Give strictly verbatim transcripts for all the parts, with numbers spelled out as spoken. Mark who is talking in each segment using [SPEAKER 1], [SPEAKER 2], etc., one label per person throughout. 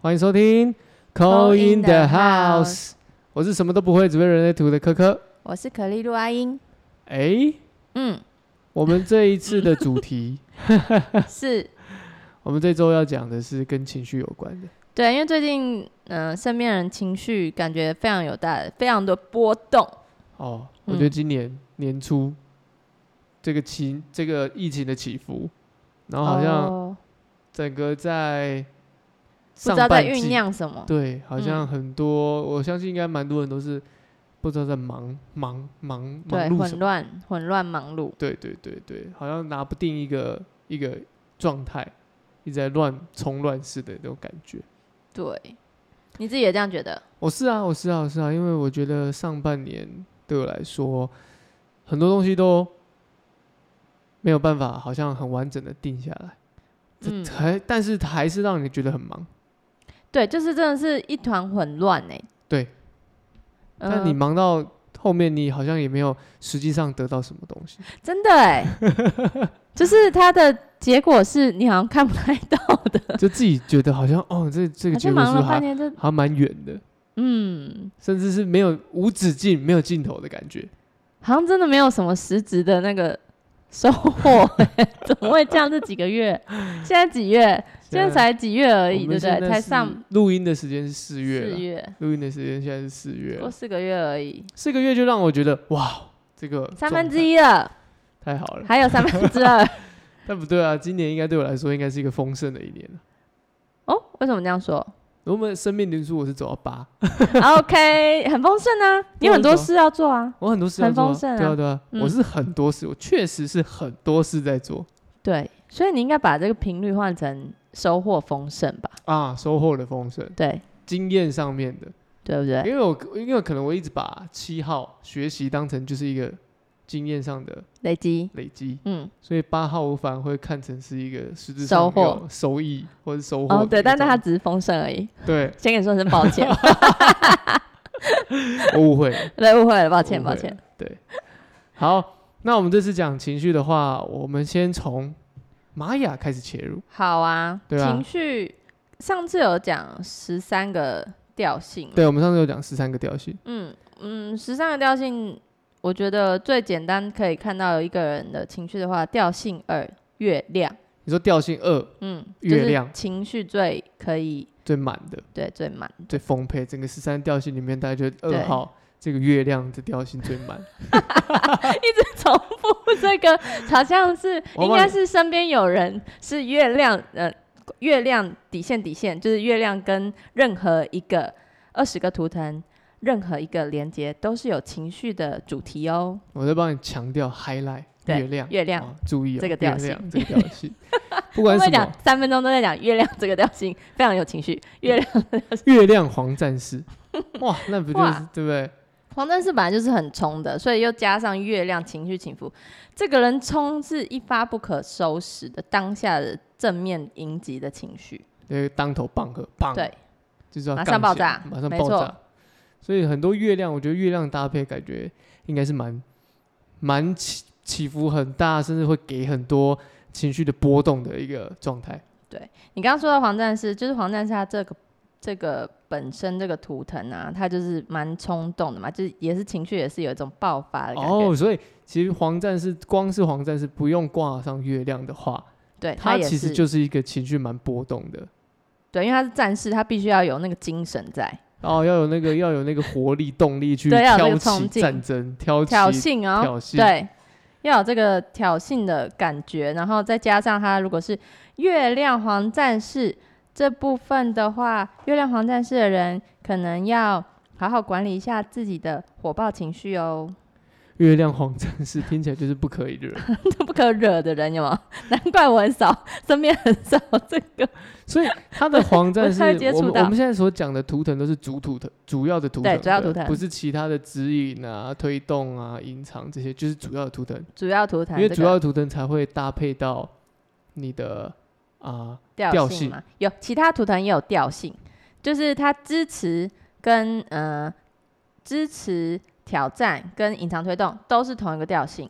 [SPEAKER 1] 欢迎收听 Call in the House， 我是什么都不会，只会人类图的科科。
[SPEAKER 2] 我是可丽露阿英。
[SPEAKER 1] 哎，嗯，我们这一次的主题
[SPEAKER 2] 是，
[SPEAKER 1] 我们这周要讲的是跟情绪有关的。
[SPEAKER 2] 对，因为最近嗯、呃，身边人情绪感觉非常有大，非常的波动。
[SPEAKER 1] 哦，我觉得今年、嗯、年初这个起这个疫情的起伏，然后好像整个在上半季
[SPEAKER 2] 不知道在酝酿什么。
[SPEAKER 1] 对，好像很多，嗯、我相信应该蛮多人都是不知道在忙忙忙忙
[SPEAKER 2] 对，
[SPEAKER 1] 碌
[SPEAKER 2] 混乱混乱忙碌。
[SPEAKER 1] 对对对对，好像拿不定一个一个状态，一直在乱冲乱式的那种感觉。
[SPEAKER 2] 对，你自己也这样觉得？
[SPEAKER 1] 我是啊，我是啊，我是啊，因为我觉得上半年对我来说，很多东西都没有办法，好像很完整的定下来。嗯，还但是还是让你觉得很忙。
[SPEAKER 2] 对，就是真的是一团混乱哎。
[SPEAKER 1] 对，呃、但你忙到后面，你好像也没有实际上得到什么东西。
[SPEAKER 2] 真的哎，就是它的结果是你好像看不太到的，
[SPEAKER 1] 就自己觉得好像哦，这这个结果是还好像蛮远的，嗯，甚至是没有无止境、没有尽头的感觉，
[SPEAKER 2] 好像真的没有什么实质的那个收获，怎么会这样？这几个月，现在几月？现在才几月而已，对不对？才上
[SPEAKER 1] 录音的时间是四月，
[SPEAKER 2] 四月
[SPEAKER 1] 录音的时间现在是四月，
[SPEAKER 2] 过四个月而已，
[SPEAKER 1] 四个月就让我觉得哇，这个
[SPEAKER 2] 三分之一了，
[SPEAKER 1] 太好了，
[SPEAKER 2] 还有三分之二。
[SPEAKER 1] 但不对啊，今年应该对我来说应该是一个丰盛的一年
[SPEAKER 2] 哦，为什么这样说？
[SPEAKER 1] 我们生命灵数我是走到八
[SPEAKER 2] ，OK， 很丰盛啊，你有很多事要做啊，
[SPEAKER 1] 我很多事要做、啊，
[SPEAKER 2] 很丰盛啊，
[SPEAKER 1] 对啊对啊、嗯，我是很多事，我确实是很多事在做，
[SPEAKER 2] 对，所以你应该把这个频率换成收获丰盛吧？
[SPEAKER 1] 啊，收获的丰盛，
[SPEAKER 2] 对，
[SPEAKER 1] 经验上面的，
[SPEAKER 2] 对不对？
[SPEAKER 1] 因为我因为可能我一直把七号学习当成就是一个经验上的
[SPEAKER 2] 累积，
[SPEAKER 1] 累积，
[SPEAKER 2] 嗯，
[SPEAKER 1] 所以八号我反而会看成是一个实质上有收益或者收获。
[SPEAKER 2] 哦，对，但它只是丰盛而已。
[SPEAKER 1] 对，
[SPEAKER 2] 先跟你说声抱歉，
[SPEAKER 1] 我误会了，
[SPEAKER 2] 对，误会了，抱歉，抱歉。
[SPEAKER 1] 对，好，那我们这次讲情绪的话，我们先从玛雅开始切入。
[SPEAKER 2] 好啊，
[SPEAKER 1] 对啊，
[SPEAKER 2] 情绪上次有讲十三个调性，
[SPEAKER 1] 对，我们上次有讲十三个调性。
[SPEAKER 2] 嗯嗯，十三个调性。我觉得最简单可以看到有一个人的情绪的话，调性二月亮。
[SPEAKER 1] 你说调性二，嗯，月亮、
[SPEAKER 2] 就是、情绪最可以
[SPEAKER 1] 最满的，
[SPEAKER 2] 对，最满、
[SPEAKER 1] 最丰沛。整个十三调性里面，大概就二号这个月亮的调性最满。
[SPEAKER 2] 一直重复这个，好像是应该是身边有人是月亮，呃，月亮底线底线，就是月亮跟任何一个二十个图腾。任何一个连接都是有情绪的主题哦。
[SPEAKER 1] 我在帮你强调 highlight 月亮，
[SPEAKER 2] 月亮、
[SPEAKER 1] 哦、注意、哦、
[SPEAKER 2] 这个调性，
[SPEAKER 1] 这个调性，不管什么，
[SPEAKER 2] 讲三分钟都在讲月亮这个调性，非常有情绪。月亮，
[SPEAKER 1] 月亮黄战士，哇，那不就是对不对？
[SPEAKER 2] 黄战士本来就是很冲的，所以又加上月亮情绪起伏，这个人冲是一发不可收拾的，当下的正面迎击的情绪，
[SPEAKER 1] 对，当头棒喝，棒，
[SPEAKER 2] 对，
[SPEAKER 1] 就是要
[SPEAKER 2] 马上爆炸，
[SPEAKER 1] 马上爆炸。所以很多月亮，我觉得月亮搭配感觉应该是蛮蛮起起伏很大，甚至会给很多情绪的波动的一个状态。
[SPEAKER 2] 对，你刚刚说到黄战士，就是黄战士他这个这个本身这个图腾啊，他就是蛮冲动的嘛，就是也是情绪也是有一种爆发的感觉。
[SPEAKER 1] 哦，所以其实黄战士光是黄战士不用挂上月亮的话，
[SPEAKER 2] 对，
[SPEAKER 1] 他其实就是一个情绪蛮波动的。
[SPEAKER 2] 对，因为他是战士，他必须要有那个精神在。
[SPEAKER 1] 哦，要有那个要有那个活力动力去挑起战争，挑
[SPEAKER 2] 挑衅哦，
[SPEAKER 1] 挑衅，
[SPEAKER 2] 对，要有这个挑衅的感觉，然后再加上他如果是月亮黄战士这部分的话，月亮黄战士的人可能要好好管理一下自己的火爆情绪哦。
[SPEAKER 1] 月亮黄战士听起来就是不可以惹，
[SPEAKER 2] 不可惹的人有吗？难怪我很少，身边很少这个。
[SPEAKER 1] 所以他的黄战士，我, 我, 我们现在所讲的图腾都是主图腾，主要的图腾，
[SPEAKER 2] 对，主要图腾，
[SPEAKER 1] 不是其他的指引啊、推动啊、隐藏这些，就是主要的图腾。
[SPEAKER 2] 主要图腾，
[SPEAKER 1] 因为主要图腾才会搭配到你的啊、呃、调性嘛。
[SPEAKER 2] 有其他图腾也有调性，就是它支持跟呃支持。挑战跟隐藏推动都是同一个调性，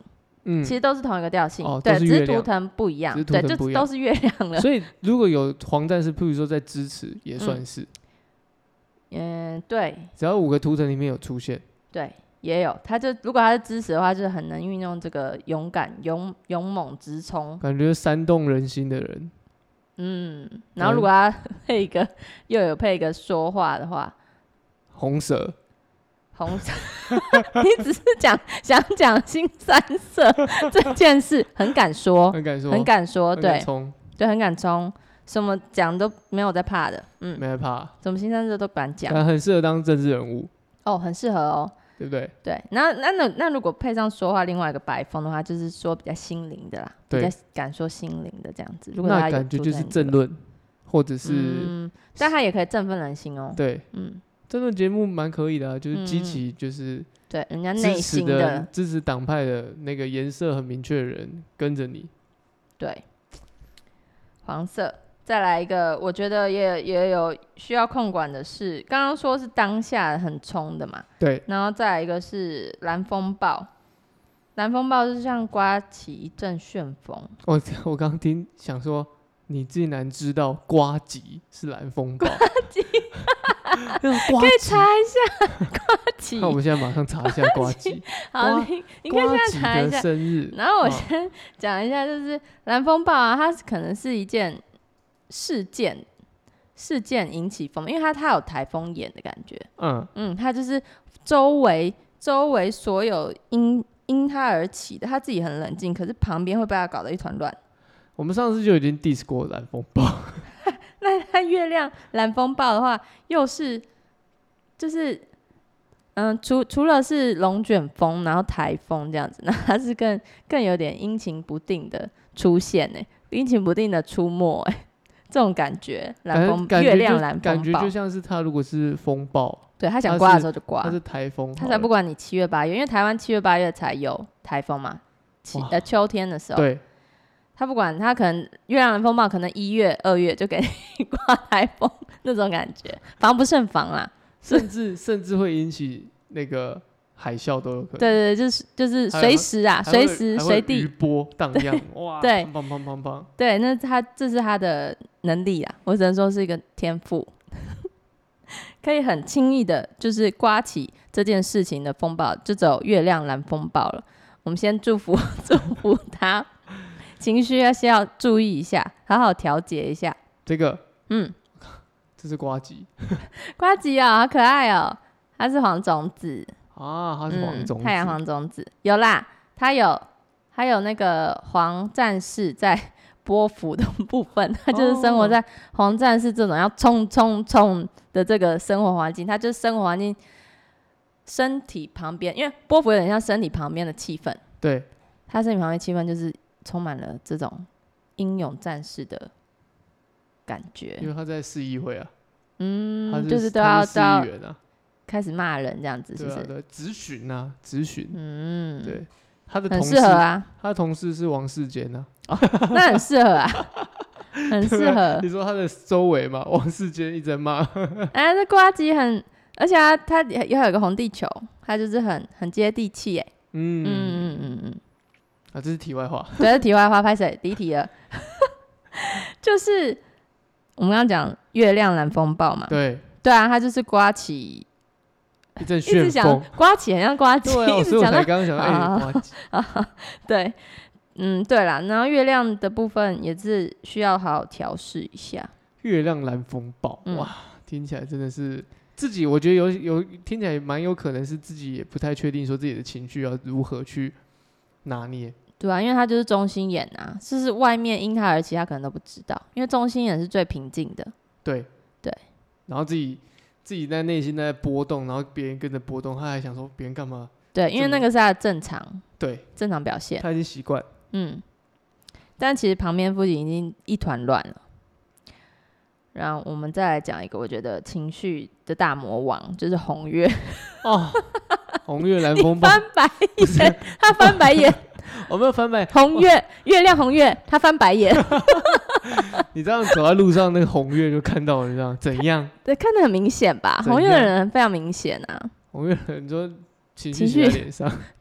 [SPEAKER 2] 嗯，其实都是同一个调性，
[SPEAKER 1] 哦、
[SPEAKER 2] 对，
[SPEAKER 1] 只
[SPEAKER 2] 是图腾不一样，对，就都是月亮了。
[SPEAKER 1] 所以如果有黄战士，譬如说在支持，也算是。
[SPEAKER 2] 嗯，对。
[SPEAKER 1] 只要五个图腾里面有出现，
[SPEAKER 2] 对，也有。他就如果他是支持的话，就很能运用这个勇敢、勇勇猛直冲，
[SPEAKER 1] 感觉煽动人心的人。
[SPEAKER 2] 嗯，然后如果他配一个又有配一个说话的话，
[SPEAKER 1] 红蛇。
[SPEAKER 2] 红色，你只是讲想讲新三色这件事，很敢说，
[SPEAKER 1] 很敢说，
[SPEAKER 2] 很敢说，对，
[SPEAKER 1] 冲，
[SPEAKER 2] 对，很敢冲，什么讲都没有在怕的，嗯，
[SPEAKER 1] 没在怕，
[SPEAKER 2] 什么新三色都敢讲，
[SPEAKER 1] 很适合当政治人物，
[SPEAKER 2] 哦，很适合哦，
[SPEAKER 1] 对不对？
[SPEAKER 2] 对，那那那那如果配上说话另外一个白风的话，就是说比较心灵的啦，比较敢说心灵的这样子，如果他
[SPEAKER 1] 那感觉就是政论，或者是，
[SPEAKER 2] 嗯，但他也可以振奋人心哦，
[SPEAKER 1] 对，嗯。这个节目蛮可以的、啊，就是激起就是
[SPEAKER 2] 对人家内心的
[SPEAKER 1] 支持党派的那个颜色很明确的人跟着你。
[SPEAKER 2] 对，黄色。再来一个，我觉得也也有需要控管的是，刚刚说是当下很冲的嘛，
[SPEAKER 1] 对。
[SPEAKER 2] 然后再来一个是蓝风暴，蓝风暴就像刮起一阵旋风。
[SPEAKER 1] 我我刚听想说，你竟然知道刮击是蓝风暴？
[SPEAKER 2] 刮击。可以查一下刮击。
[SPEAKER 1] 那我们现在马上查一下刮击。
[SPEAKER 2] 好，你你可以现在查一下。
[SPEAKER 1] 生日。
[SPEAKER 2] 然后我先讲一下，就是蓝风暴啊，它可能是一件事件，事件引起风，因为它它有台风眼的感觉。嗯嗯，它就是周围周围所有因因它而起的，它自己很冷静，可是旁边会被它搞得一团乱。
[SPEAKER 1] 我们上次就已经 diss 过蓝风暴。
[SPEAKER 2] 那它月亮蓝风暴的话，又是就是嗯，除除了是龙卷风，然后台风这样子，那它是更更有点阴晴不定的出现呢，阴晴不定的出没哎，这种感觉。蓝风月亮蓝风暴，
[SPEAKER 1] 感觉就像是它如果是风暴，
[SPEAKER 2] 对它想刮的时候就刮，
[SPEAKER 1] 它是台风，
[SPEAKER 2] 它才不管你七月八月，因为台湾七月八月才有台风嘛，呃秋天的时候，
[SPEAKER 1] 对。
[SPEAKER 2] 他不管，他可能月亮蓝风暴可能一月、二月就给你刮台风那种感觉，防不胜防啦，
[SPEAKER 1] 甚至甚至会引起那个海啸都有可能。
[SPEAKER 2] 对对，就是就是随时啊，随时随地
[SPEAKER 1] 余波荡漾，哇，
[SPEAKER 2] 对，
[SPEAKER 1] 砰砰砰砰，
[SPEAKER 2] 对，那他这是他的能力啦，我只能说是一个天赋，可以很轻易的，就是刮起这件事情的风暴，就只有月亮蓝风暴了。我们先祝福祝福他。情绪要先要注意一下，好好调节一下。
[SPEAKER 1] 这个，嗯，这是呱吉，
[SPEAKER 2] 呱吉哦，好可爱哦，它是黄种子
[SPEAKER 1] 啊，它是黄种子，
[SPEAKER 2] 嗯、太阳黄种子有啦，它有，还有那个黄战士在波幅的部分，它就是生活在黄战士这种要冲冲冲的这个生活环境，它就是生活环境身体旁边，因为波幅有点像身体旁边的气氛，
[SPEAKER 1] 对，
[SPEAKER 2] 它身体旁边气氛就是充满了这种英勇战士的感觉，
[SPEAKER 1] 因为他在市议会啊，
[SPEAKER 2] 嗯，
[SPEAKER 1] 他是
[SPEAKER 2] 就是都要
[SPEAKER 1] 都要
[SPEAKER 2] 开始骂人这样子，是不是？
[SPEAKER 1] 对啊，对，质询啊，质询，嗯，对，他的
[SPEAKER 2] 很适合啊，
[SPEAKER 1] 他的同事是王世坚啊，
[SPEAKER 2] 哦，那很适合啊，很适合。
[SPEAKER 1] 你说他的周围嘛，王世坚一直在骂，
[SPEAKER 2] 哎，这呱吉很，而且他他又有一个红地球，他就是很很接地气哎，嗯嗯嗯嗯嗯。
[SPEAKER 1] 啊，这是题外话。
[SPEAKER 2] 对，是题外话，拍谁离题了？就是我们刚刚讲月亮蓝风暴嘛，
[SPEAKER 1] 对，
[SPEAKER 2] 对啊，它就是刮起
[SPEAKER 1] 一阵旋风，
[SPEAKER 2] 刮起很像刮起，
[SPEAKER 1] 对、啊，所以我才刚刚想到哎，刮起
[SPEAKER 2] 啊，对，嗯，对啦，然后月亮的部分也是需要好好调试一下。
[SPEAKER 1] 月亮蓝风暴，嗯、哇，听起来真的是自己，我觉得有有听起来蛮有可能是自己也不太确定，说自己的情绪要如何去拿捏。
[SPEAKER 2] 对啊，因为他就是中心眼啊，就是外面因他而起，他可能都不知道，因为中心眼是最平静的。
[SPEAKER 1] 对
[SPEAKER 2] 对，
[SPEAKER 1] 然后自己自己在内心在波动，然后别人跟着波动，他还想说别人干嘛？
[SPEAKER 2] 对，因为那个是他的正常，
[SPEAKER 1] 对
[SPEAKER 2] 正常表现，
[SPEAKER 1] 他已经习惯。
[SPEAKER 2] 嗯，但其实旁边附近已经一团乱了。然后我们再来讲一个，我觉得情绪的大魔王就是红月
[SPEAKER 1] 哦，红月蓝风暴，
[SPEAKER 2] 翻白眼，他翻白眼。
[SPEAKER 1] 我没有翻白眼，
[SPEAKER 2] 红月月亮红月，他翻白眼。
[SPEAKER 1] 你这样走在路上，那个红月就看到了，这样怎样？
[SPEAKER 2] 对，看得很明显吧？红月的人非常明显啊。
[SPEAKER 1] 红月的人说情绪写在脸上，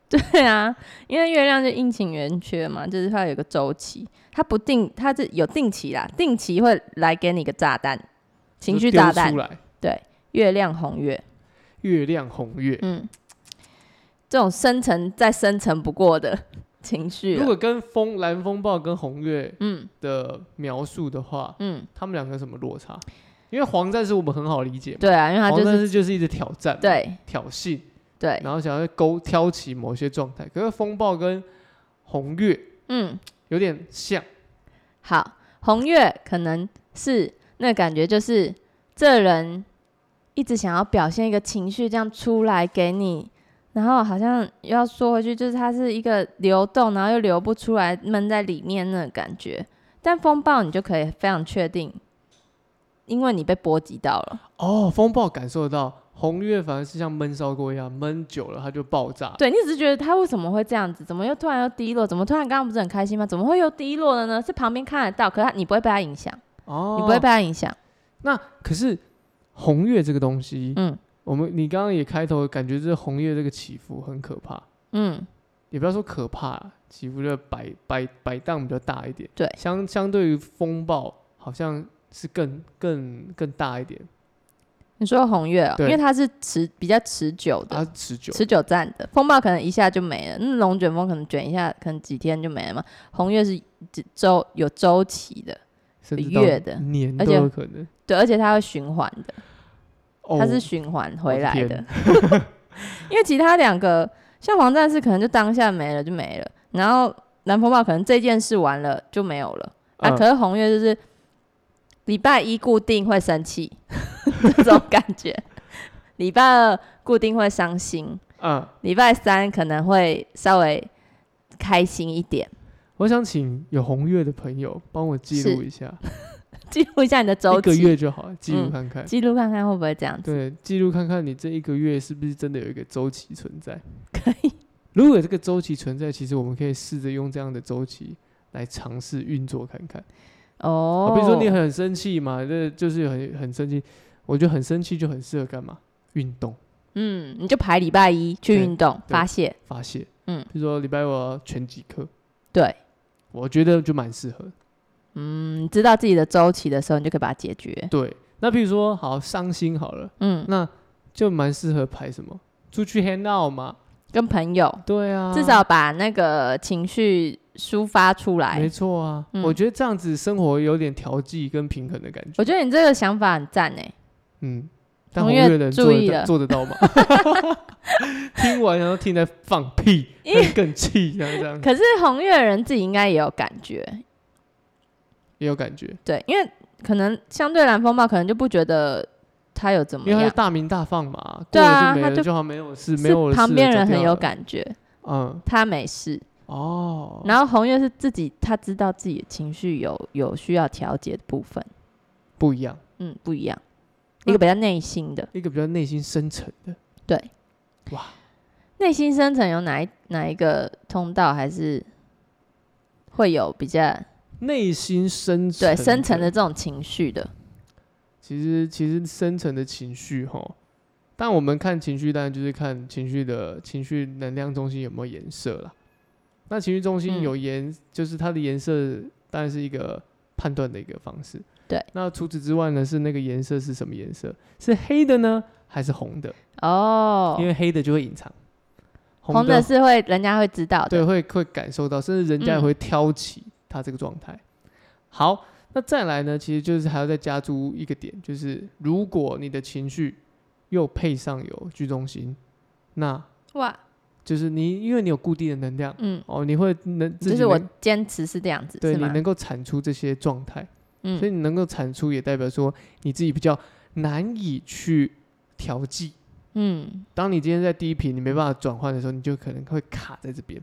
[SPEAKER 2] 对啊，因为月亮就阴晴圆缺嘛，就是它有一个周期，它不定，它是有定期啦，定期会来给你一个炸弹，情绪炸弹。对，月亮红月，
[SPEAKER 1] 月亮红月，
[SPEAKER 2] 嗯，这种深层再深层不过的情绪。
[SPEAKER 1] 如果跟风蓝风暴跟红月的描述的话，嗯，他们两个有什么落差？因为黄战士我们很好理解嘛，
[SPEAKER 2] 对啊，因为他、就是、
[SPEAKER 1] 黄战士就是一直挑战，
[SPEAKER 2] 对，
[SPEAKER 1] 挑衅，
[SPEAKER 2] 对，
[SPEAKER 1] 然后想要勾挑起某些状态。可是风暴跟红月，嗯，有点像。
[SPEAKER 2] 好，红月可能是那感觉就是这人一直想要表现一个情绪，这样出来给你。然后好像要说回去，就是它是一个流动，然后又流不出来，闷在里面那个感觉。但风暴你就可以非常确定，因为你被波及到了。
[SPEAKER 1] 哦，风暴感受到，红月反而是像闷烧锅一样，闷久了它就爆炸。
[SPEAKER 2] 对，你只是觉得它为什么会这样子？怎么又突然又低落？怎么突然刚刚不是很开心吗？怎么会又低落了呢？是旁边看得到，可是你不会被它影响。哦，你不会被它影响。
[SPEAKER 1] 那可是红月这个东西，嗯。我们你刚刚也开头感觉这红月这个起伏很可怕，嗯，也不要说可怕，起伏的摆摆摆荡比较大一点，
[SPEAKER 2] 对，
[SPEAKER 1] 相相对于风暴好像是更更更大一点。
[SPEAKER 2] 你说红月哦，因为它是持比较持久的，
[SPEAKER 1] 它是持久
[SPEAKER 2] 持久战的，风暴可能一下就没了，那龙卷风可能卷一下，可能几天就没了嘛。红月是周有周期的，
[SPEAKER 1] 甚至
[SPEAKER 2] 月的，
[SPEAKER 1] 年都有可能，
[SPEAKER 2] 对，而且它会循环的。它是循环回来的，因为其他两个像黄战士可能就当下没了就没了，然后蓝风暴可能这件事完了就没有了、嗯、啊。可是红月就是礼拜一固定会生气这种感觉，礼拜二固定会伤心，嗯，礼拜三可能会稍微开心一点。
[SPEAKER 1] 我想请有红月的朋友帮我记录一下。
[SPEAKER 2] 记录一下你的周期，
[SPEAKER 1] 一个月就好，记录看看，
[SPEAKER 2] 记、嗯、录看看会不会这样子？
[SPEAKER 1] 对，记录看看你这一个月是不是真的有一个周期存在？
[SPEAKER 2] 可以。
[SPEAKER 1] 如果有这个周期存在，其实我们可以试着用这样的周期来尝试运作看看。哦，比如说你很生气嘛，这就是很很生气，我觉得很生气就很适合干嘛？运动。
[SPEAKER 2] 嗯，你就排礼拜一去运动发泄，
[SPEAKER 1] 发泄。嗯，比如说礼拜五拳击课，
[SPEAKER 2] 对，
[SPEAKER 1] 我觉得就蛮适合。
[SPEAKER 2] 嗯，知道自己的周期的时候，你就可以把它解决。
[SPEAKER 1] 对，那比如说好伤心好了，嗯，那就蛮适合排什么？出去 hang out 嘛，
[SPEAKER 2] 跟朋友。
[SPEAKER 1] 对啊，
[SPEAKER 2] 至少把那个情绪抒发出来。
[SPEAKER 1] 没错啊、嗯，我觉得这样子生活有点调剂跟平衡的感觉。
[SPEAKER 2] 我觉得你这个想法很赞哎。
[SPEAKER 1] 嗯，但红月的人做得做得到吗？听完然后听在放屁，更气这样这样。
[SPEAKER 2] 可是红月的人自己应该也有感觉。
[SPEAKER 1] 也有感觉，
[SPEAKER 2] 对，因为可能相对蓝风暴可能就不觉得他有怎么样，
[SPEAKER 1] 因为他就大名大放嘛，对啊，过了就没了，就好没有事，没有事，
[SPEAKER 2] 旁边人很有感觉，嗯，他没事哦。然后红月是自己，他知道自己的情绪有有需要调节的部分，
[SPEAKER 1] 不一样，
[SPEAKER 2] 嗯，不一样，一个比较内心的，
[SPEAKER 1] 一个比较内心深层的，
[SPEAKER 2] 对，哇，内心深层有哪一哪一个通道，还是会有比较？
[SPEAKER 1] 内心深层
[SPEAKER 2] 对深层的这种情绪的，
[SPEAKER 1] 其实其实深层的情绪哈，但我们看情绪，当然就是看情绪的情绪能量中心有没有颜色啦。那情绪中心有颜、嗯，就是它的颜色，当然是一个判断的一个方式。
[SPEAKER 2] 对，
[SPEAKER 1] 那除此之外呢，是那个颜色是什么颜色？是黑的呢，还是红的？
[SPEAKER 2] 哦，
[SPEAKER 1] 因为黑的就会隐藏，
[SPEAKER 2] 红的, 红的是会人家会知道的，
[SPEAKER 1] 对，会会感受到，甚至人家也会挑起。嗯他这个状态，好，那再来呢？其实就是还要再加注一个点，就是如果你的情绪又配上有居中心，那哇，就是你因为你有固定的能量，嗯，哦，你会能自己能，
[SPEAKER 2] 就是我坚持是这样子，
[SPEAKER 1] 对，你能够产出这些状态，嗯，所以你能够产出，也代表说你自己比较难以去调剂，嗯，当你今天在低频你没办法转换的时候，你就可能会卡在这边。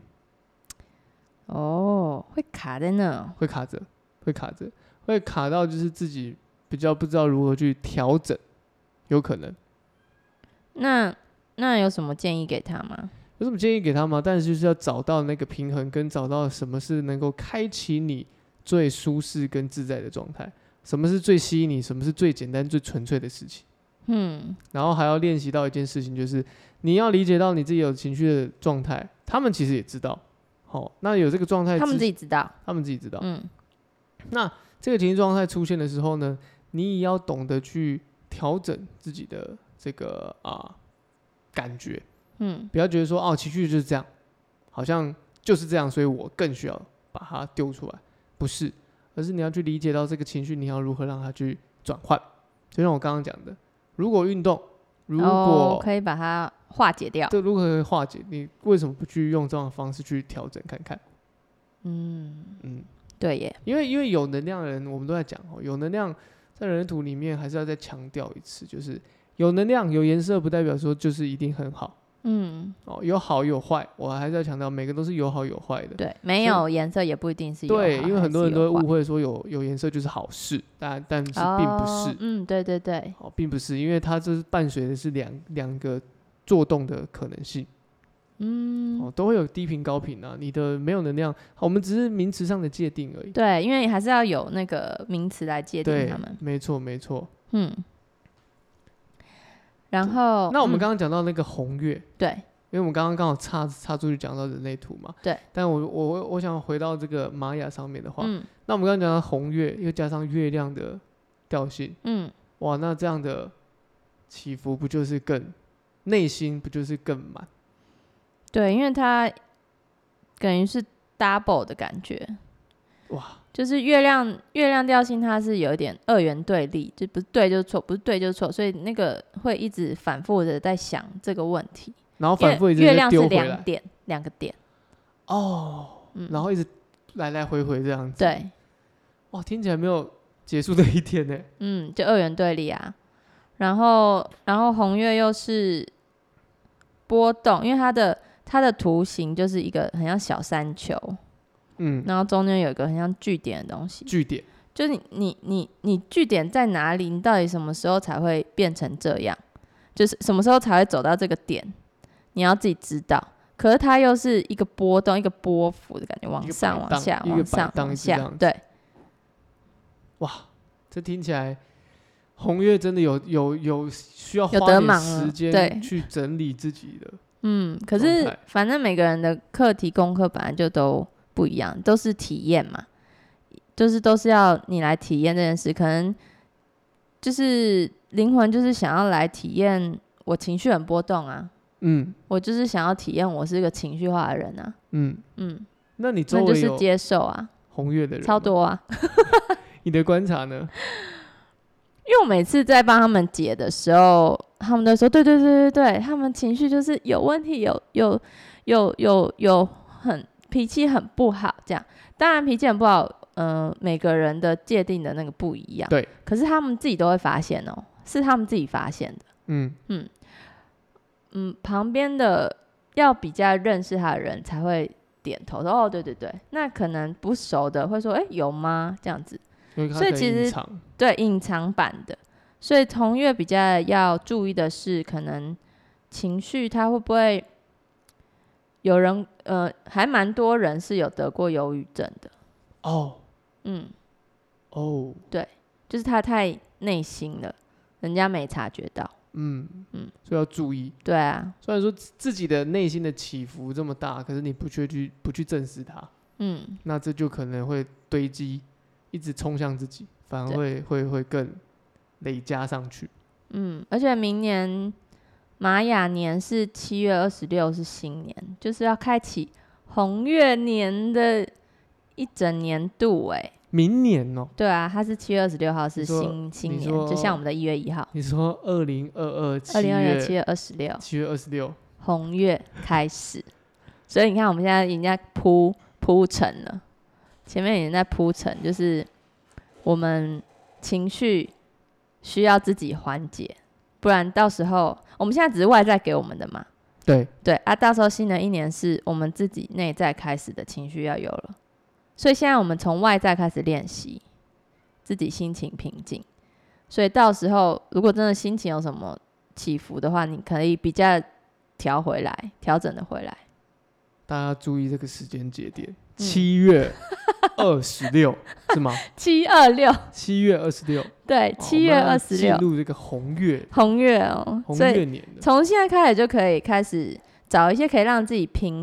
[SPEAKER 2] 哦，会卡在那，
[SPEAKER 1] 会卡着，会卡着，会卡到就是自己比较不知道如何去调整，有可能。
[SPEAKER 2] 那那有什么建议给他吗？
[SPEAKER 1] 有什么建议给他吗？但是就是要找到那个平衡，跟找到什么是能够开启你最舒适跟自在的状态，什么是最吸引你，什么是最简单最纯粹的事情。嗯，然后还要练习到一件事情，就是你要理解到你自己有情绪的状态。 他们其实也知道，好、哦，那有这个状态，
[SPEAKER 2] 他们自己知道，
[SPEAKER 1] 他们自己知道，
[SPEAKER 2] 嗯，
[SPEAKER 1] 那这个情绪状态出现的时候呢，你也要懂得去调整自己的这个啊感觉，嗯，不要觉得说哦情绪就是这样，好像就是这样，所以我更需要把它丢出来，不是，而是你要去理解到这个情绪，你要如何让它去转换，就像我刚刚讲的，如果运动，如果、
[SPEAKER 2] 哦、可以把它化解掉，
[SPEAKER 1] 对，如何可以化解？你为什么不去用这样的方式去调整看看？
[SPEAKER 2] 嗯
[SPEAKER 1] 嗯，
[SPEAKER 2] 对耶，
[SPEAKER 1] 因为因为有能量的人，我们都在讲哦，有能量在人类图里面还是要再强调一次，就是有能量有颜色不代表说就是一定很好，嗯，哦，有好有坏，我还是要强调每个都是有好有坏的，
[SPEAKER 2] 对，没有颜色也不一定是有好，
[SPEAKER 1] 对，因为很多人都会误会说有有颜色就是好事，但但是并不是，
[SPEAKER 2] 哦、嗯，对对对，
[SPEAKER 1] 哦，并不是，因为它这是伴随的是两两个作动的可能性。嗯、哦，都会有低频高频啊。你的没有能量，我们只是名词上的界定而已。
[SPEAKER 2] 对，因为还是要有那个名词来界定他们。
[SPEAKER 1] 没错，没错。
[SPEAKER 2] 嗯。然后，
[SPEAKER 1] 那我们刚刚讲到那个红月、嗯，
[SPEAKER 2] 对，
[SPEAKER 1] 因为我们刚刚刚好插插出去讲到人类图嘛。
[SPEAKER 2] 对。
[SPEAKER 1] 但我我我想回到这个玛雅上面的话，嗯，那我们刚刚讲到红月，又加上月亮的调性，嗯，哇，那这样的起伏不就是更内心不就是更满？
[SPEAKER 2] 对，因为它等于是 double 的感觉，哇，就是月亮月亮调性它是有一点二元对立，就不是对就是错，不是对就是错，所以那个会一直反复的在想这个问题，
[SPEAKER 1] 然后反复一直
[SPEAKER 2] 月亮是两点两个点，
[SPEAKER 1] 哦、嗯，然后一直来来回回这样子，
[SPEAKER 2] 对，
[SPEAKER 1] 哇，听起来没有结束的一天呢，
[SPEAKER 2] 嗯，就二元对立啊，然后然后红月又是波动，因为它的它的图形就是一个很像小山丘，嗯，然后中间有一个很像据点的东西，
[SPEAKER 1] 据点，
[SPEAKER 2] 就是你你你你据点在哪里？你到底什么时候才会变成这样？就是什么时候才会走到这个点？你要自己知道。可是它又是一个波动，一个波幅的感觉，往上、往下、往上、往下，对。
[SPEAKER 1] 哇，这听起来红月真的有有有需要花点时间去整理自己的。
[SPEAKER 2] 嗯，可是反正每个人的课题功课本来就都不一样，都是体验嘛，就是都是要你来体验这件事。可能就是灵魂就是想要来体验我情绪很波动啊，嗯，我就是想要体验我是一个情绪化的人啊，嗯嗯，
[SPEAKER 1] 那你周围有
[SPEAKER 2] 那就是接受啊，
[SPEAKER 1] 红月的人
[SPEAKER 2] 超多啊。
[SPEAKER 1] 你的观察呢？
[SPEAKER 2] 因为我每次在帮他们解的时候，他们都说对对对对对，他们情绪就是有问题，有有有有有很脾气很不好这样。当然脾气很不好，呃，每个人的界定的那个不一样。
[SPEAKER 1] 对。
[SPEAKER 2] 可是他们自己都会发现哦，是他们自己发现的。嗯嗯嗯，旁边的要比较认识他的人才会点头说哦，对对对。那可能不熟的会说，哎，有吗？这样子。所以其实对隐藏版的，所以同月比较要注意的是，可能情绪它会不会有人呃，还蛮多人是有得过忧郁症的哦，嗯，哦，对，就是他太内心了，人家没察觉到，嗯
[SPEAKER 1] 嗯，所以要注意。
[SPEAKER 2] 对啊，
[SPEAKER 1] 虽然说自己的内心的起伏这么大，可是你不去不去正视它，嗯，那这就可能会堆积。一直冲向自己，反而会会会更累加上去。
[SPEAKER 2] 嗯，而且明年玛雅年是七月二十六是新年，就是要开启红月年的一整年度哎、欸。
[SPEAKER 1] 明年哦、喔？
[SPEAKER 2] 对啊，它是七月二十六号是新新年，就像我们的一月一号。
[SPEAKER 1] 你说二零二二
[SPEAKER 2] 二零二二七月二十六，
[SPEAKER 1] 七月二十六
[SPEAKER 2] 红月开始，所以你看我们现在已经在铺铺陈了。前面已经在铺陈，就是我们情绪需要自己缓解，不然到时候我们现在只是外在给我们的嘛，
[SPEAKER 1] 对
[SPEAKER 2] 对啊，到时候新的一年是我们自己内在开始的情绪要有了，所以现在我们从外在开始练习，自己心情平静，所以到时候如果真的心情有什么起伏的话，你可以比较调回来，调整的回来。
[SPEAKER 1] 大家注意这个时间节点，七月二十六是吗？
[SPEAKER 2] 七二六，
[SPEAKER 1] 七月二十六，
[SPEAKER 2] 对，七月二十六
[SPEAKER 1] 进入这个红月，
[SPEAKER 2] 红月哦，
[SPEAKER 1] 红月年，
[SPEAKER 2] 从现在开始就可以开始找一些可以让自己平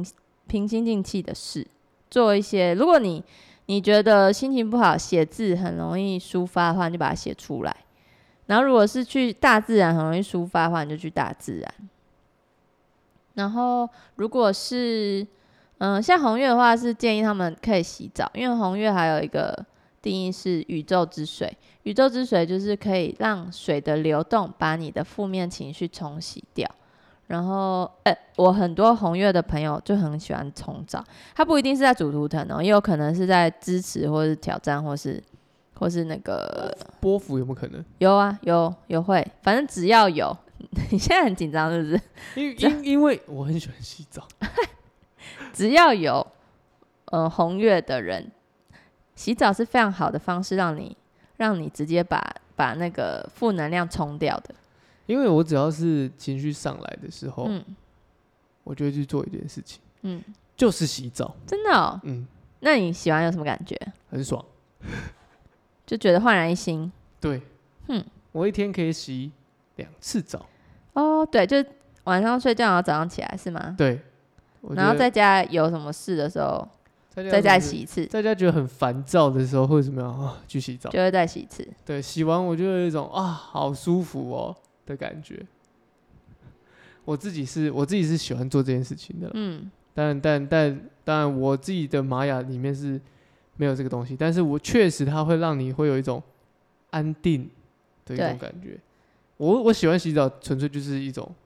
[SPEAKER 2] 平心静气的事，做一些。如果你你觉得心情不好，写字很容易抒发的话，你就把它写出来。然后如果是去大自然很容易抒发的话，你就去大自然。然后如果是嗯，像红月的话，是建议他们可以洗澡，因为红月还有一个定义是宇宙之水。宇宙之水就是可以让水的流动把你的负面情绪冲洗掉。然后，欸，我很多红月的朋友就很喜欢冲澡，他不一定是在主图腾哦，也有可能是在支持或是挑战，或是或是那个
[SPEAKER 1] 波幅有没有可能？
[SPEAKER 2] 有啊，有有会，反正只要有。你现在很紧张是不是？
[SPEAKER 1] 因因因为我很喜欢洗澡，
[SPEAKER 2] 只要有呃红月的人，洗澡是非常好的方式，让你让你直接把把那个负能量冲掉的。
[SPEAKER 1] 因为我只要是情绪上来的时候，
[SPEAKER 2] 嗯，
[SPEAKER 1] 我就会去做一件事情，
[SPEAKER 2] 嗯，
[SPEAKER 1] 就是洗澡。
[SPEAKER 2] 真的哦，
[SPEAKER 1] 嗯，
[SPEAKER 2] 那你喜欢有什么感觉？
[SPEAKER 1] 很爽，
[SPEAKER 2] 就觉得焕然一新。
[SPEAKER 1] 对，
[SPEAKER 2] 嗯，
[SPEAKER 1] 我一天可以洗两次澡。
[SPEAKER 2] 哦，对，就是晚上睡觉然后早上起来是吗？
[SPEAKER 1] 对，
[SPEAKER 2] 然后在家有什么事的时候，在家洗一次。
[SPEAKER 1] 在家觉得很烦躁的时候，或者怎么样啊，去洗澡，
[SPEAKER 2] 就会再洗一次。
[SPEAKER 1] 对，洗完我就有一种啊，好舒服哦的感觉。我自己是，我自己是喜欢做这件事情的，嗯，但但但当然，我自己的玛雅里面是没有这个东西，但是我确实它会让你会有一种安定的一种感觉。我我喜欢洗澡，纯粹就是一种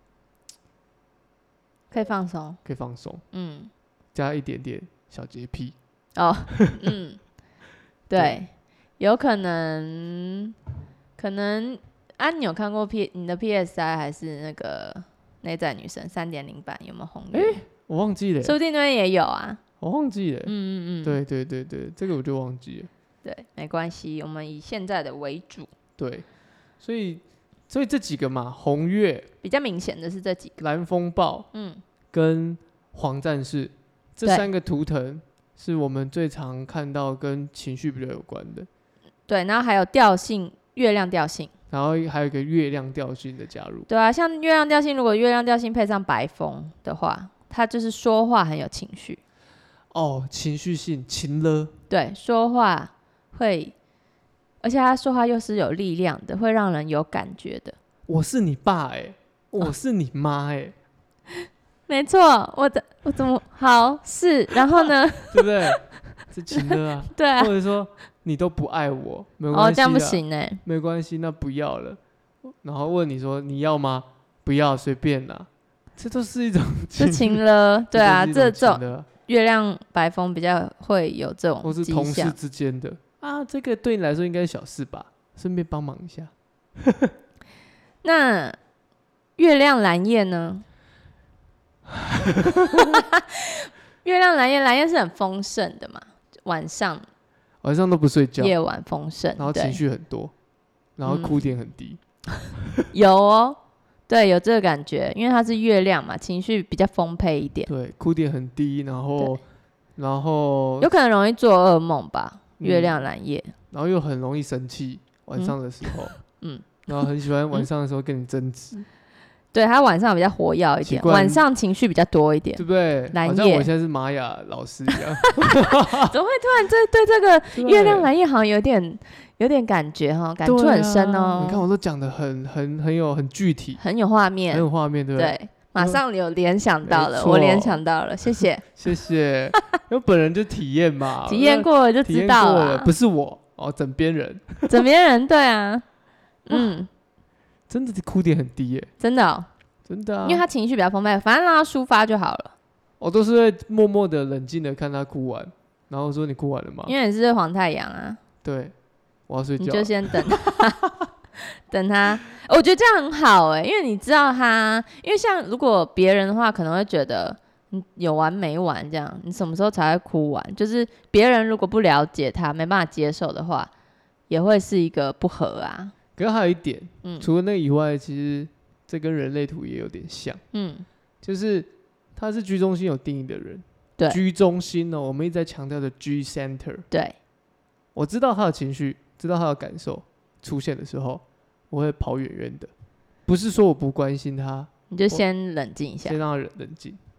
[SPEAKER 2] 可以放松，
[SPEAKER 1] 可以放松，
[SPEAKER 2] 嗯，
[SPEAKER 1] 加一点点小洁癖。
[SPEAKER 2] 哦，嗯，对，对，有可能，可能啊，你有看过 P 你的 P S I 还是那个内在女神 三点零 版有没有红月？
[SPEAKER 1] 欸，我忘记了，
[SPEAKER 2] 说不定那边也有啊。
[SPEAKER 1] 我忘记了，嗯
[SPEAKER 2] 嗯嗯，
[SPEAKER 1] 对对对对，这个我就忘记了。
[SPEAKER 2] 对，没关系，我们以现在的为主。
[SPEAKER 1] 对，所以所以这几个嘛，红月
[SPEAKER 2] 比较明显的是这几个，
[SPEAKER 1] 蓝风暴，嗯，跟黄战士这三个图腾是我们最常看到跟情绪比较有关的。
[SPEAKER 2] 对，然后还有调性，月亮调性，
[SPEAKER 1] 然后还有一个月亮调性的加入。
[SPEAKER 2] 对啊，像月亮调性，如果月亮调性配上白风的话，它就是说话很有情绪。
[SPEAKER 1] 哦，情绪性，情了。对，
[SPEAKER 2] 说话会，而且他说话又是有力量的，会让人有感觉的。
[SPEAKER 1] 我是你爸哎、欸，我是你妈哎、欸，
[SPEAKER 2] 没错，我的我怎么好是，然后呢？
[SPEAKER 1] 对不对？是情了啊。
[SPEAKER 2] 对啊。
[SPEAKER 1] 或者说你都不爱我，没关系。
[SPEAKER 2] 哦，这样不行哎、欸。
[SPEAKER 1] 没关系，那不要了。然后问你说你要吗？不要，随便啦。这都是一种
[SPEAKER 2] 情，是情了，对啊，这
[SPEAKER 1] 种
[SPEAKER 2] 月亮白风比较会有这种迹象，
[SPEAKER 1] 或是同事之间的啊，这个对你来说应该是小事吧，顺便帮忙一下。
[SPEAKER 2] 那月亮蓝夜呢？月亮蓝夜，蓝夜是很丰盛的嘛，晚上
[SPEAKER 1] 晚上都不睡觉，
[SPEAKER 2] 夜晚丰盛，
[SPEAKER 1] 然后情绪很多，然后哭点很低。
[SPEAKER 2] 嗯、有哦。对，有这个感觉，因为它是月亮嘛，情绪比较丰沛一点。
[SPEAKER 1] 对，哭点很低，然后，然后
[SPEAKER 2] 有可能容易做噩梦吧，嗯、月亮蓝夜。
[SPEAKER 1] 然后又很容易生气，晚上的时候，嗯，然后很喜欢晚上的时候跟你争执。嗯、
[SPEAKER 2] 对，他晚上比较活跃一点，晚上情绪比较多一点，
[SPEAKER 1] 对不对？
[SPEAKER 2] 蓝夜，
[SPEAKER 1] 好像我现在是玛雅老师一样。
[SPEAKER 2] 怎么会突然对对这个月亮蓝夜好像有点？有点感觉哈，感触很深哦。
[SPEAKER 1] 啊、你看我都讲得很很很有很具体，
[SPEAKER 2] 很有画面，
[SPEAKER 1] 很有画面，对不对？
[SPEAKER 2] 对，马上有联想到了，我联想到了，谢谢，
[SPEAKER 1] 谢谢。因为本人就体验嘛，
[SPEAKER 2] 体验过了就知道了，
[SPEAKER 1] 不是我哦，枕边人，
[SPEAKER 2] 枕边人，对啊，嗯，
[SPEAKER 1] 真的哭点很低耶，
[SPEAKER 2] 真的、哦，
[SPEAKER 1] 真的、啊，
[SPEAKER 2] 因为他情绪比较丰沛，反正让他抒发就好了。
[SPEAKER 1] 我都是会默默的冷静的看他哭完，然后说你哭完了吗？
[SPEAKER 2] 因为你是黄太阳啊，
[SPEAKER 1] 对。我要睡觉，
[SPEAKER 2] 你就先等他，等他。我觉得这样很好哎、欸，因为你知道他，因为像如果别人的话，可能会觉得你有完没完这样，你什么时候才会哭完？就是别人如果不了解他，没办法接受的话，也会是一个不合啊。
[SPEAKER 1] 可是还有一点，嗯，除了那以外，其实这跟人类图也有点像，嗯，就是他是居中心有定义的人，
[SPEAKER 2] 对，
[SPEAKER 1] 居中心呢、喔，我们一直在强调的 G center，
[SPEAKER 2] 对，我
[SPEAKER 1] 知道他的情绪。知道他的感受出现的时候，我会跑远远的。不是说我不关心他，
[SPEAKER 2] 你就先冷静一下，
[SPEAKER 1] 先让他冷静。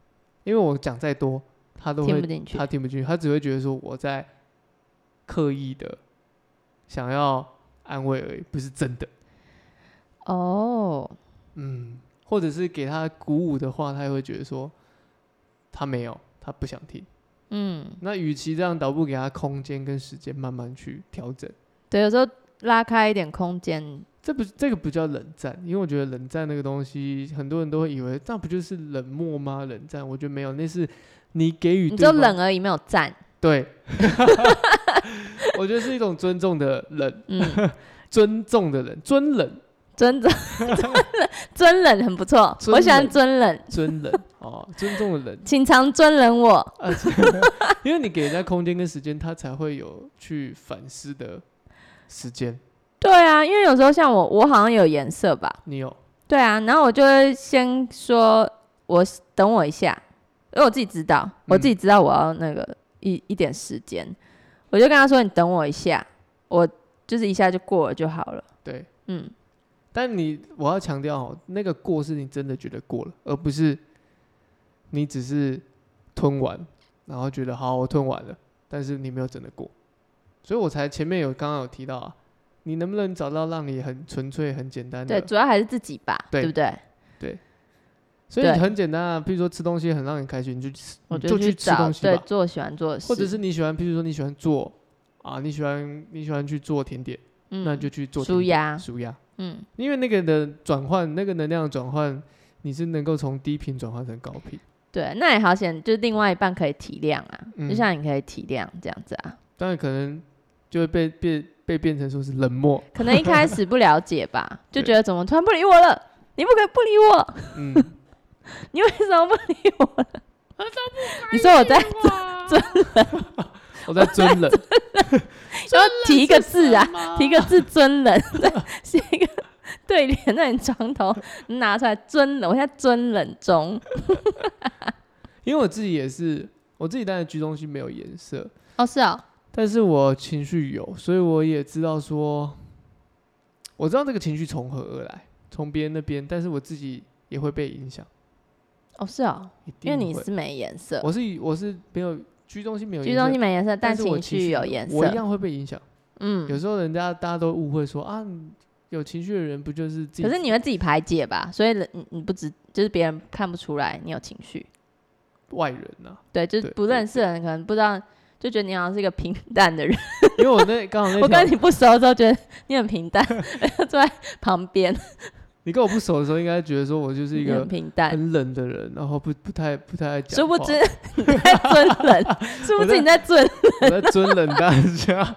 [SPEAKER 1] 因为我讲再多，他都会
[SPEAKER 2] 听不进去，
[SPEAKER 1] 他听不进去，他只会觉得说我在刻意的想要安慰而已，不是真的。
[SPEAKER 2] 哦，
[SPEAKER 1] 嗯，或者是给他鼓舞的话，他也会觉得说他没有，他不想听。
[SPEAKER 2] 嗯，
[SPEAKER 1] 那与其这样，倒不如给他空间跟时间慢慢去调整。
[SPEAKER 2] 对，有时候拉开一点空间。
[SPEAKER 1] 这不这个不叫冷战，因为我觉得冷战那个东西，很多人都会以为那不就是冷漠吗？冷战，我觉得没有，那是你给予对方，
[SPEAKER 2] 你就冷而已，没有战。
[SPEAKER 1] 对，我觉得是一种尊重的冷，
[SPEAKER 2] 嗯，
[SPEAKER 1] 尊重的冷，尊冷，
[SPEAKER 2] 尊重，尊冷，尊冷很不错，我喜欢尊冷，
[SPEAKER 1] 尊冷哦，尊重的冷，
[SPEAKER 2] 请常尊冷我。
[SPEAKER 1] 啊、因为你给人家空间跟时间，他才会有去反思的时间。
[SPEAKER 2] 对啊，因为有时候像我，我好像有颜色吧。
[SPEAKER 1] 你有？
[SPEAKER 2] 对啊，然后我就会先说，我等我一下，因为我自己知道，嗯、我自己知道我要那个一一点时间，我就跟他说，你等我一下，我就是一下就过了就好了。
[SPEAKER 1] 对，
[SPEAKER 2] 嗯。
[SPEAKER 1] 但你我要强调哦，那个过是你真的觉得过了，而不是你只是吞完，然后觉得好我吞完了，但是你没有真的过，所以我才前面有刚刚有提到啊。你能不能找到让你很纯粹、很简单的？
[SPEAKER 2] 对，主要还是自己吧， 对, 对不对？
[SPEAKER 1] 对，所以很简单啊。譬如说吃东西很让你开心，你就吃，
[SPEAKER 2] 我
[SPEAKER 1] 就去吃东西吧。
[SPEAKER 2] 对，做喜欢做的事，
[SPEAKER 1] 或者是你喜欢，譬如说你喜欢做啊，你喜欢你喜欢去做甜点，嗯、那你就去做甜点。
[SPEAKER 2] 舒压，
[SPEAKER 1] 舒压，
[SPEAKER 2] 嗯，
[SPEAKER 1] 因为那个的转换，那个能量的转换，你是能够从低频转换成高频。
[SPEAKER 2] 对，那也好险，就是另外一半可以体谅啊，
[SPEAKER 1] 嗯、
[SPEAKER 2] 就像你可以体谅这样子啊。
[SPEAKER 1] 当然可能就会被被。被变成说是冷漠，
[SPEAKER 2] 可能一开始不了解吧，就觉得怎么突然不理我了？你不可以不理我，嗯，你为什么不理我了？我你说我在尊冷，
[SPEAKER 1] 我在尊冷，
[SPEAKER 2] 要提一个字啊，提一个字尊冷，写一个对联在你床头拿出来，尊冷，我现在尊冷中。
[SPEAKER 1] 因为我自己也是，我自己当然居中心没有颜色，
[SPEAKER 2] 哦，是啊、哦。
[SPEAKER 1] 但是我情绪有，所以我也知道说，我知道这个情绪从何而来，从别人那边，但是我自己也会被影响。
[SPEAKER 2] 哦，是哦，因为你是没颜色，
[SPEAKER 1] 我是我是没有居中心没有颜色，
[SPEAKER 2] 居中心没颜色，但
[SPEAKER 1] 情
[SPEAKER 2] 绪有颜色，
[SPEAKER 1] 我一样会被影响。
[SPEAKER 2] 嗯，
[SPEAKER 1] 有时候人家大家都误会说啊，有情绪的人不就是自己？
[SPEAKER 2] 可是你会自己排解吧，所以你你不知，就是别人看不出来你有情绪。
[SPEAKER 1] 外人啊，
[SPEAKER 2] 对，就是不认识的人可能不知道。就觉得你好像是一个平淡的人，
[SPEAKER 1] 因为我那刚好那
[SPEAKER 2] 我跟你不熟的时候，觉得你很平淡，坐在旁边。
[SPEAKER 1] 你跟我不熟的时候，应该觉得说我就是一个
[SPEAKER 2] 很平淡、
[SPEAKER 1] 很冷的人，然后不不太不太爱讲话。
[SPEAKER 2] 殊不知你在尊冷，殊不知你在尊冷，
[SPEAKER 1] 我在尊冷大家。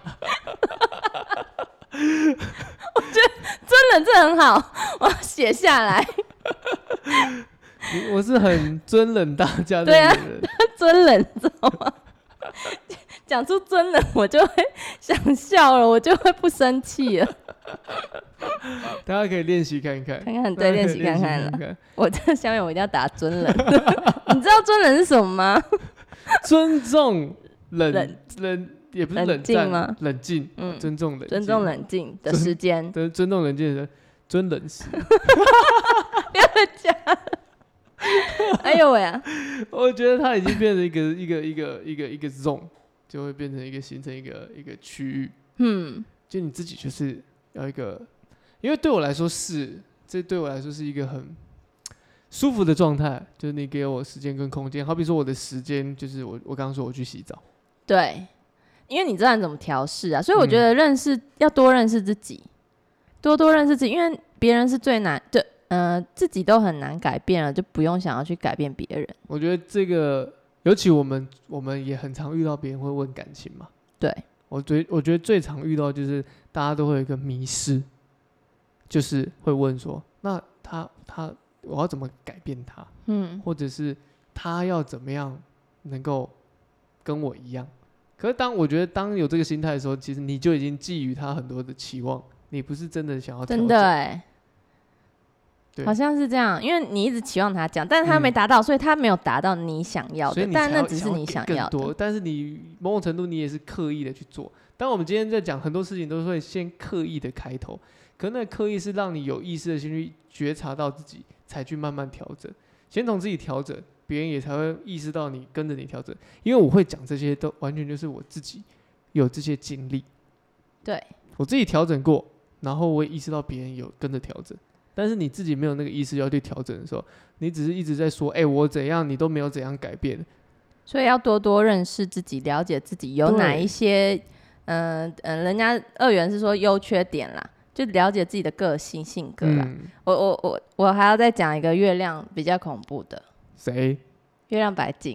[SPEAKER 2] 我觉得尊冷这很好，我要写下来。
[SPEAKER 1] 我是很尊冷大家的人，
[SPEAKER 2] 对啊，尊冷，知道吗？讲出尊冷，我就会想笑了，我就会不生气了。
[SPEAKER 1] 大家可以练习看看，
[SPEAKER 2] 看看对，练习看看了。我这下面我一定要打尊冷。你知道尊冷是什么吗？
[SPEAKER 1] 尊重冷冷冷也不是冷
[SPEAKER 2] 静吗？
[SPEAKER 1] 冷静，嗯，尊重冷静，
[SPEAKER 2] 尊重冷静的时间，
[SPEAKER 1] 尊尊重冷静的人，尊冷时。
[SPEAKER 2] 不要再讲。哎呦喂啊！
[SPEAKER 1] 我觉得它已经变成一个一个一个一个一个 zone， 就会变成一个形成一个一个区域。嗯，就你自己就是要一个，因为对我来说是，这对我来说是一个很舒服的状态，就是你给我时间跟空间。好比说我的时间，就是我我刚刚说我去洗澡，
[SPEAKER 2] 对，因为你知道你怎么调试啊，所以我觉得认识、嗯、要多认识自己，多多认识自己，因为别人是最难对。呃，自己都很难改变了，就不用想要去改变别人。
[SPEAKER 1] 我觉得这个，尤其我们我们也很常遇到别人会问感情嘛。
[SPEAKER 2] 对，
[SPEAKER 1] 我觉我觉得最常遇到就是大家都会有一个迷失，就是会问说，那他他我要怎么改变他？嗯，或者是他要怎么样能够跟我一样？可是当我觉得当有这个心态的时候，其实你就已经寄予他很多的期望，你不是真的想要调整。
[SPEAKER 2] 真的哎。好像是这样，因为你一直期望他讲，但是他没达到、嗯，所以他没有达到你想要的，但那只是你想要的。
[SPEAKER 1] 多，但是你某种程度你也是刻意的去做。当我们今天在讲很多事情，都会先刻意的开头，可是那刻意是让你有意识的先去觉察到自己，才去慢慢调整。先从自己调整， 别人也才会意识到你跟着你调整。因为我会讲这些，都完全就是我自己有这些经历，
[SPEAKER 2] 对，
[SPEAKER 1] 我自己调整过，然后我也意识到别人有跟着调整。但是你自己没有那个意识要去调整的时候，你只是一直在说，哎、欸，我怎样，你都没有怎样改变。
[SPEAKER 2] 所以要多多认识自己，了解自己有哪一些，嗯嗯、呃呃，人家二元是说优缺点啦，就了解自己的个性性格啦。嗯、我我我我还要再讲一个月亮比较恐怖的。
[SPEAKER 1] 谁？
[SPEAKER 2] 月亮白净。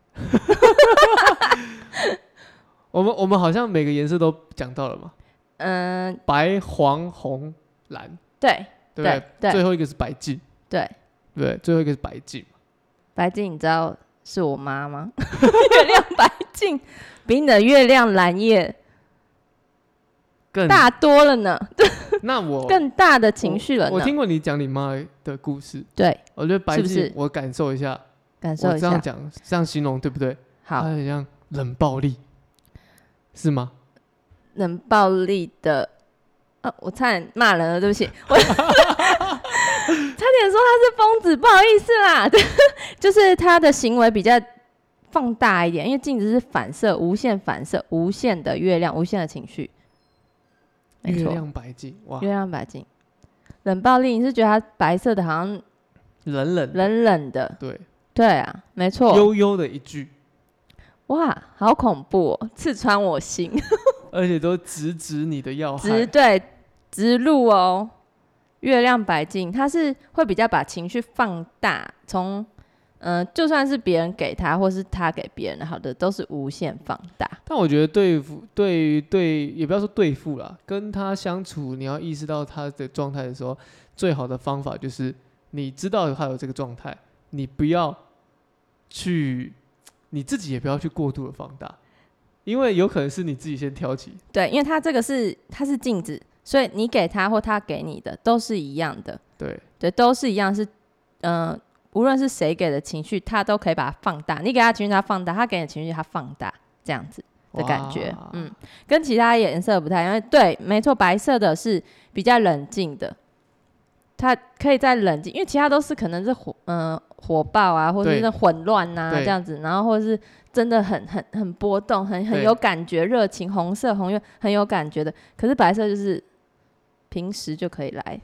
[SPEAKER 1] 我们我们好像每个颜色都讲到了嘛。
[SPEAKER 2] 嗯，
[SPEAKER 1] 白、黄、红、蓝。
[SPEAKER 2] 对。
[SPEAKER 1] 对不 对, 对？最后一个是白净。
[SPEAKER 2] 对。
[SPEAKER 1] 对，最后一个是白净。
[SPEAKER 2] 白净，你知道是我妈吗？月亮白净比你的月亮蓝夜更大多了呢。
[SPEAKER 1] 那我
[SPEAKER 2] 更大的情绪了呢。
[SPEAKER 1] 我, 我听过你讲你妈的故事。
[SPEAKER 2] 对，
[SPEAKER 1] 我觉得白净，
[SPEAKER 2] 是不是
[SPEAKER 1] 我感受一下，
[SPEAKER 2] 感受一下，
[SPEAKER 1] 我这样讲，这样形容对不对？
[SPEAKER 2] 好，
[SPEAKER 1] 它很像冷暴力，是吗？
[SPEAKER 2] 冷暴力的。啊、我差点骂人了，对不起，我差点说他是疯子，不好意思啦。就是他的行为比较放大一点，因为镜子是反射，无限反射，无限的月亮，无限的情绪。
[SPEAKER 1] 月亮白净，哇！
[SPEAKER 2] 月亮白净，冷暴力，你是觉得它白色的，好像
[SPEAKER 1] 冷冷
[SPEAKER 2] 冷冷的？
[SPEAKER 1] 对，
[SPEAKER 2] 对啊，没错。
[SPEAKER 1] 悠悠的一句，
[SPEAKER 2] 哇，好恐怖哦，刺穿我心。
[SPEAKER 1] 而且都直指你的要害，
[SPEAKER 2] 直对直入哦。月亮白净，它是会比较把情绪放大，从嗯、呃，就算是别人给他，或是他给别人的，好的，都是无限放大。
[SPEAKER 1] 但我觉得对付对对，也不要说对付啦，跟他相处，你要意识到他的状态的时候，最好的方法就是你知道他有这个状态，你不要去，你自己也不要去过度的放大。因为有可能是你自己先挑起，
[SPEAKER 2] 对，因为它这个是它是镜子，所以你给他或他给你的都是一样的，
[SPEAKER 1] 对
[SPEAKER 2] 对，都是一样，是嗯、呃，无论是谁给的情绪，他都可以把它放大。你给他情绪，他放大；他给你的情绪，他放大，这样子的感觉，嗯，跟其他颜色不太一样。因为对，没错，白色的是比较冷静的，它可以再冷静，因为其他都是可能是火嗯、呃、火爆啊，或者是混乱啊这样子，然后或者是。真的很很很波动，很很有感觉，热情，红色红月很有感觉的。可是白色就是平时就可以来，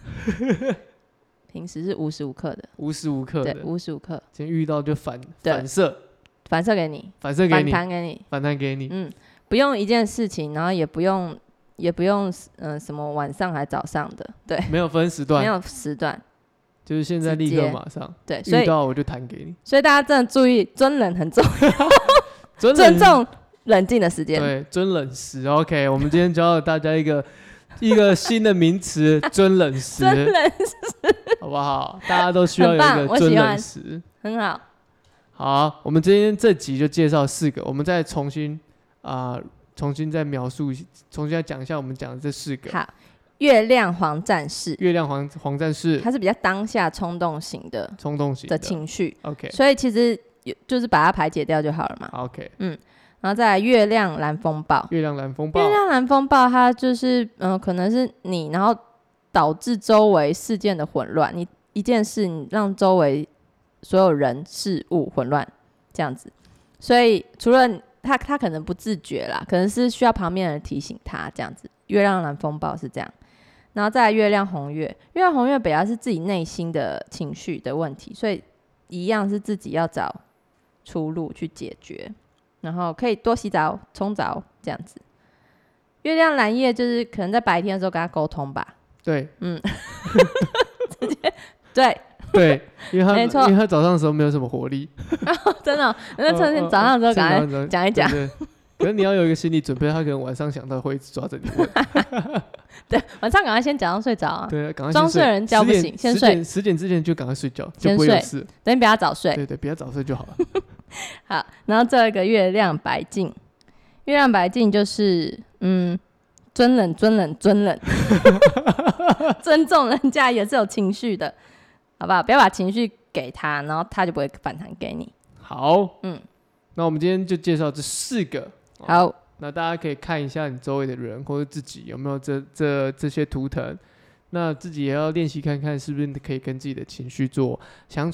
[SPEAKER 2] 平时是无时无刻的，
[SPEAKER 1] 无时无刻的，
[SPEAKER 2] 对，无时无刻。
[SPEAKER 1] 先遇到就反反射，
[SPEAKER 2] 反射给你，
[SPEAKER 1] 反射给你，
[SPEAKER 2] 反弹给你，
[SPEAKER 1] 反弹给你。
[SPEAKER 2] 嗯，不用一件事情，然后也不用也不用嗯、呃、什么晚上还早上的，对，
[SPEAKER 1] 没有分时段，
[SPEAKER 2] 没有时段。
[SPEAKER 1] 就是现在立刻马上，
[SPEAKER 2] 对，所以
[SPEAKER 1] 遇到我就弹给你。
[SPEAKER 2] 所以大家真的注意，尊冷很重要，尊重冷静的时间。
[SPEAKER 1] 对，尊冷时。OK， 我们今天教了大家一个一个新的名词，尊冷时，
[SPEAKER 2] 尊冷时，
[SPEAKER 1] 好不好？大家都需要有一个尊冷时，
[SPEAKER 2] 很好。
[SPEAKER 1] 好，我们今天这集就介绍四个，我们再重新啊、呃，重新再描述，重新再讲一下我们讲的这四个。
[SPEAKER 2] 好。月亮黄战士，
[SPEAKER 1] 月亮黄黄战士，
[SPEAKER 2] 它是比较当下冲动型的，
[SPEAKER 1] 冲动型
[SPEAKER 2] 的情绪。
[SPEAKER 1] OK，
[SPEAKER 2] 所以其实就是把它排解掉就好了嘛。
[SPEAKER 1] OK，
[SPEAKER 2] 嗯，然后再来月亮蓝风暴，
[SPEAKER 1] 月亮蓝风暴，
[SPEAKER 2] 月亮蓝风暴，它就是嗯、呃，可能是你，然后导致周围事件的混乱，你一件事，你让周围所有人事物混乱，这样子。所以除了他，他可能不自觉啦，可能是需要旁边的人提醒他这样子。月亮蓝风暴是这样。然后再来月亮红月，月亮红月比较是自己内心的情绪的问题，所以一样是自己要找出路去解决，然后可以多洗澡、冲澡这样子。月亮蓝夜就是可能在白天的时候跟他沟通吧，
[SPEAKER 1] 对，
[SPEAKER 2] 嗯，直接对
[SPEAKER 1] 对，因为他
[SPEAKER 2] 没错，
[SPEAKER 1] 因为他早上的时候没有什么活力，
[SPEAKER 2] 真的、哦，那趁早上的时候赶快讲一讲。
[SPEAKER 1] 可是你要有一个心理准备，他可能晚上想到会一直抓着你问。
[SPEAKER 2] 对，晚上赶快先假装睡着啊。
[SPEAKER 1] 对，赶快
[SPEAKER 2] 装睡人叫不醒，先睡。
[SPEAKER 1] 十点之前就赶快睡觉，就不会有事。
[SPEAKER 2] 等你比他早睡。
[SPEAKER 1] 对对，比他早睡就好了。
[SPEAKER 2] 好，然后最后一个月亮白净，月亮白净就是嗯，尊冷尊冷尊冷，尊重人家也是有情绪的，好不好？不要把情绪给他，然后他就不会反弹给你。
[SPEAKER 1] 好，嗯，那我们今天就介绍这四个。
[SPEAKER 2] 好、哦，
[SPEAKER 1] 那大家可以看一下你周围的人或者自己有没有这这这些图腾，那自己也要练习看看是不是可以跟自己的情绪做相处。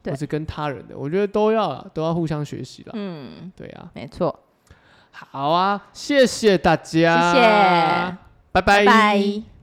[SPEAKER 1] 或是跟他人的，我觉得都要啦，都要互相学习啦。
[SPEAKER 2] 嗯，
[SPEAKER 1] 对啊，
[SPEAKER 2] 没错。
[SPEAKER 1] 好啊，谢谢大家，
[SPEAKER 2] 谢谢，
[SPEAKER 1] 拜拜。
[SPEAKER 2] 拜拜。